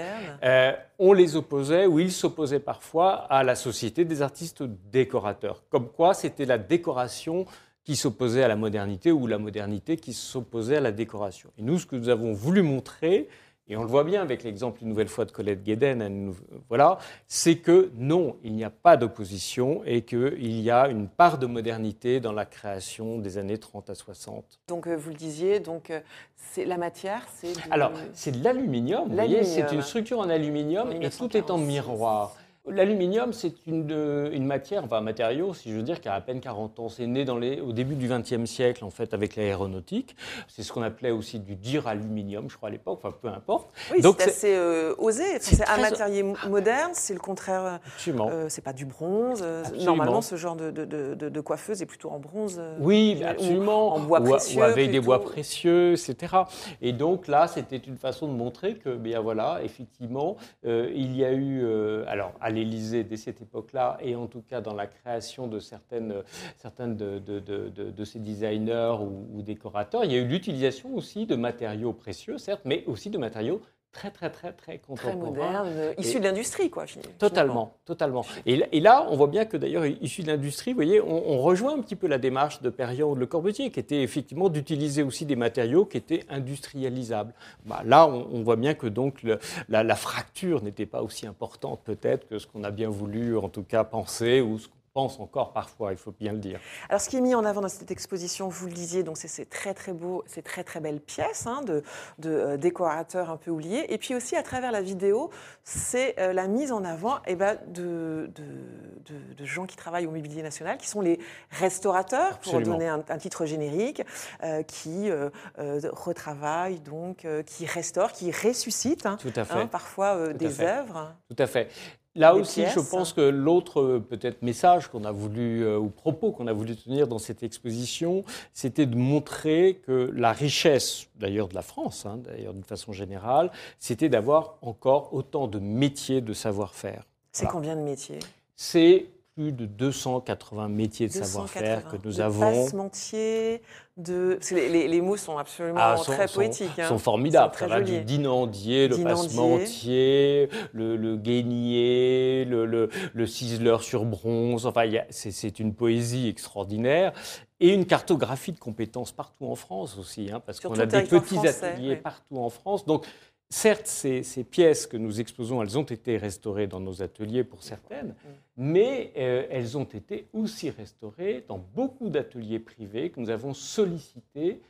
on les opposait, ou ils s'opposaient parfois à la Société des artistes décorateurs. Comme quoi, c'était la décoration qui s'opposait à la modernité ou la modernité qui s'opposait à la décoration. Et nous, ce que nous avons voulu montrer, et on le voit bien avec l'exemple une nouvelle fois de Colette Guéden, voilà, c'est que non, il n'y a pas d'opposition et qu'il y a une part de modernité dans la création des années 30 à 60. Donc vous le disiez, c'est la matière, c'est Alors, c'est de l'aluminium, vous voyez, c'est une structure en aluminium et tout est en miroir. L'aluminium, c'est une matière, enfin un matériau, si je veux dire, qui a à peine 40 ans. C'est né au début du XXe siècle, en fait, avec l'aéronautique. C'est ce qu'on appelait aussi du aluminium, je crois, à l'époque, enfin, peu importe. Oui, donc, c'est assez osé. C'est un matériau moderne, c'est le contraire. Absolument. C'est pas du bronze. Absolument. Normalement, ce genre de coiffeuse est plutôt en bronze. Oui, absolument. Ou en bois précieux. Ou avec des bois précieux, etc. Et donc là, c'était une façon de montrer que, bien voilà, effectivement, il y a eu, alors, à l'Élysée dès cette époque-là, et en tout cas dans la création de certains de ces designers ou décorateurs, il y a eu l'utilisation aussi de matériaux précieux, certes, mais aussi de matériaux très contemporains. Très moderne, issu de l'industrie, quoi. Totalement. Et là, on voit bien que d'ailleurs, issu de l'industrie, vous voyez, on rejoint un petit peu la démarche de Perriand ou de Le Corbusier, qui était effectivement d'utiliser aussi des matériaux qui étaient industrialisables. Là, on voit bien que donc la fracture n'était pas aussi importante peut-être que ce qu'on a bien voulu, en tout cas, penser ou ce qu'on pense encore parfois, il faut bien le dire. Alors, ce qui est mis en avant dans cette exposition, vous le disiez, donc c'est ces très beaux, ces très belles pièces de décorateurs un peu oubliés. Et puis aussi, à travers la vidéo, c'est la mise en avant de gens qui travaillent au Mobilier National, qui sont les restaurateurs, Absolument. pour donner un titre générique, qui retravaillent, donc, qui restaurent, qui ressuscitent parfois des œuvres. Tout à fait. Là des aussi, pièces. je pense que l'autre peut-être message qu'on a voulu, ou propos qu'on a voulu tenir dans cette exposition, c'était de montrer que la richesse, d'ailleurs de la France, d'ailleurs d'une façon générale, c'était d'avoir encore autant de métiers de savoir-faire. C'est combien de métiers ? C'est plus de 280 métiers de savoir-faire que nous avons. Passementier, les mots sont absolument très poétiques. Sont formidables. Sont Ça va du dinandier, le passementier, le gainier, le ciseleur sur bronze. Enfin, c'est une poésie extraordinaire. Et une cartographie de compétences partout en France aussi, parce qu'on a des petits ateliers partout en France. Donc, certes, ces pièces que nous exposons, elles ont été restaurées dans nos ateliers pour certaines, mais elles ont été aussi restaurées dans beaucoup d'ateliers privés que nous avons sollicités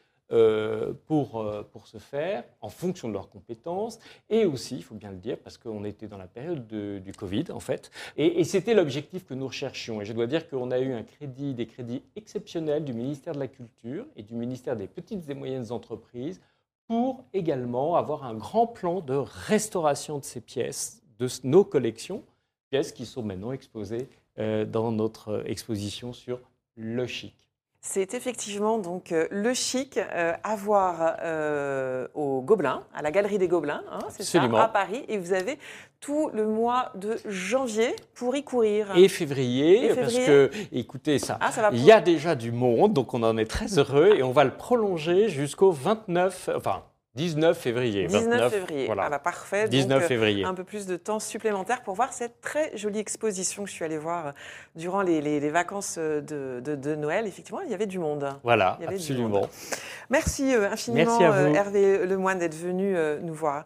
pour ce faire, en fonction de leurs compétences, et aussi, il faut bien le dire, parce qu'on était dans la période du Covid, en fait, et c'était l'objectif que nous recherchions. Et je dois dire qu'on a eu des crédits exceptionnels du ministère de la Culture et du ministère des Petites et Moyennes Entreprises pour également avoir un grand plan de restauration de ces pièces, de nos collections, pièces qui sont maintenant exposées dans notre exposition sur le chic. C'est effectivement donc le chic à voir au Gobelin, à la Galerie des Gobelins, c'est ça, à Paris. Et vous avez tout le mois de janvier pour y courir. Et février, parce que, écoutez ça, il y a déjà du monde, donc on en est très heureux et on va le prolonger jusqu'au 29, enfin 19 février. 19 février. Voilà. Ah bah parfait. 19 Donc, février. un peu plus de temps supplémentaire pour voir cette très jolie exposition que je suis allée voir durant les vacances de Noël. Effectivement, il y avait du monde. Voilà, Il y avait du absolument. monde. Merci infiniment, Merci à vous. Hervé Lemoine, d'être venu nous voir.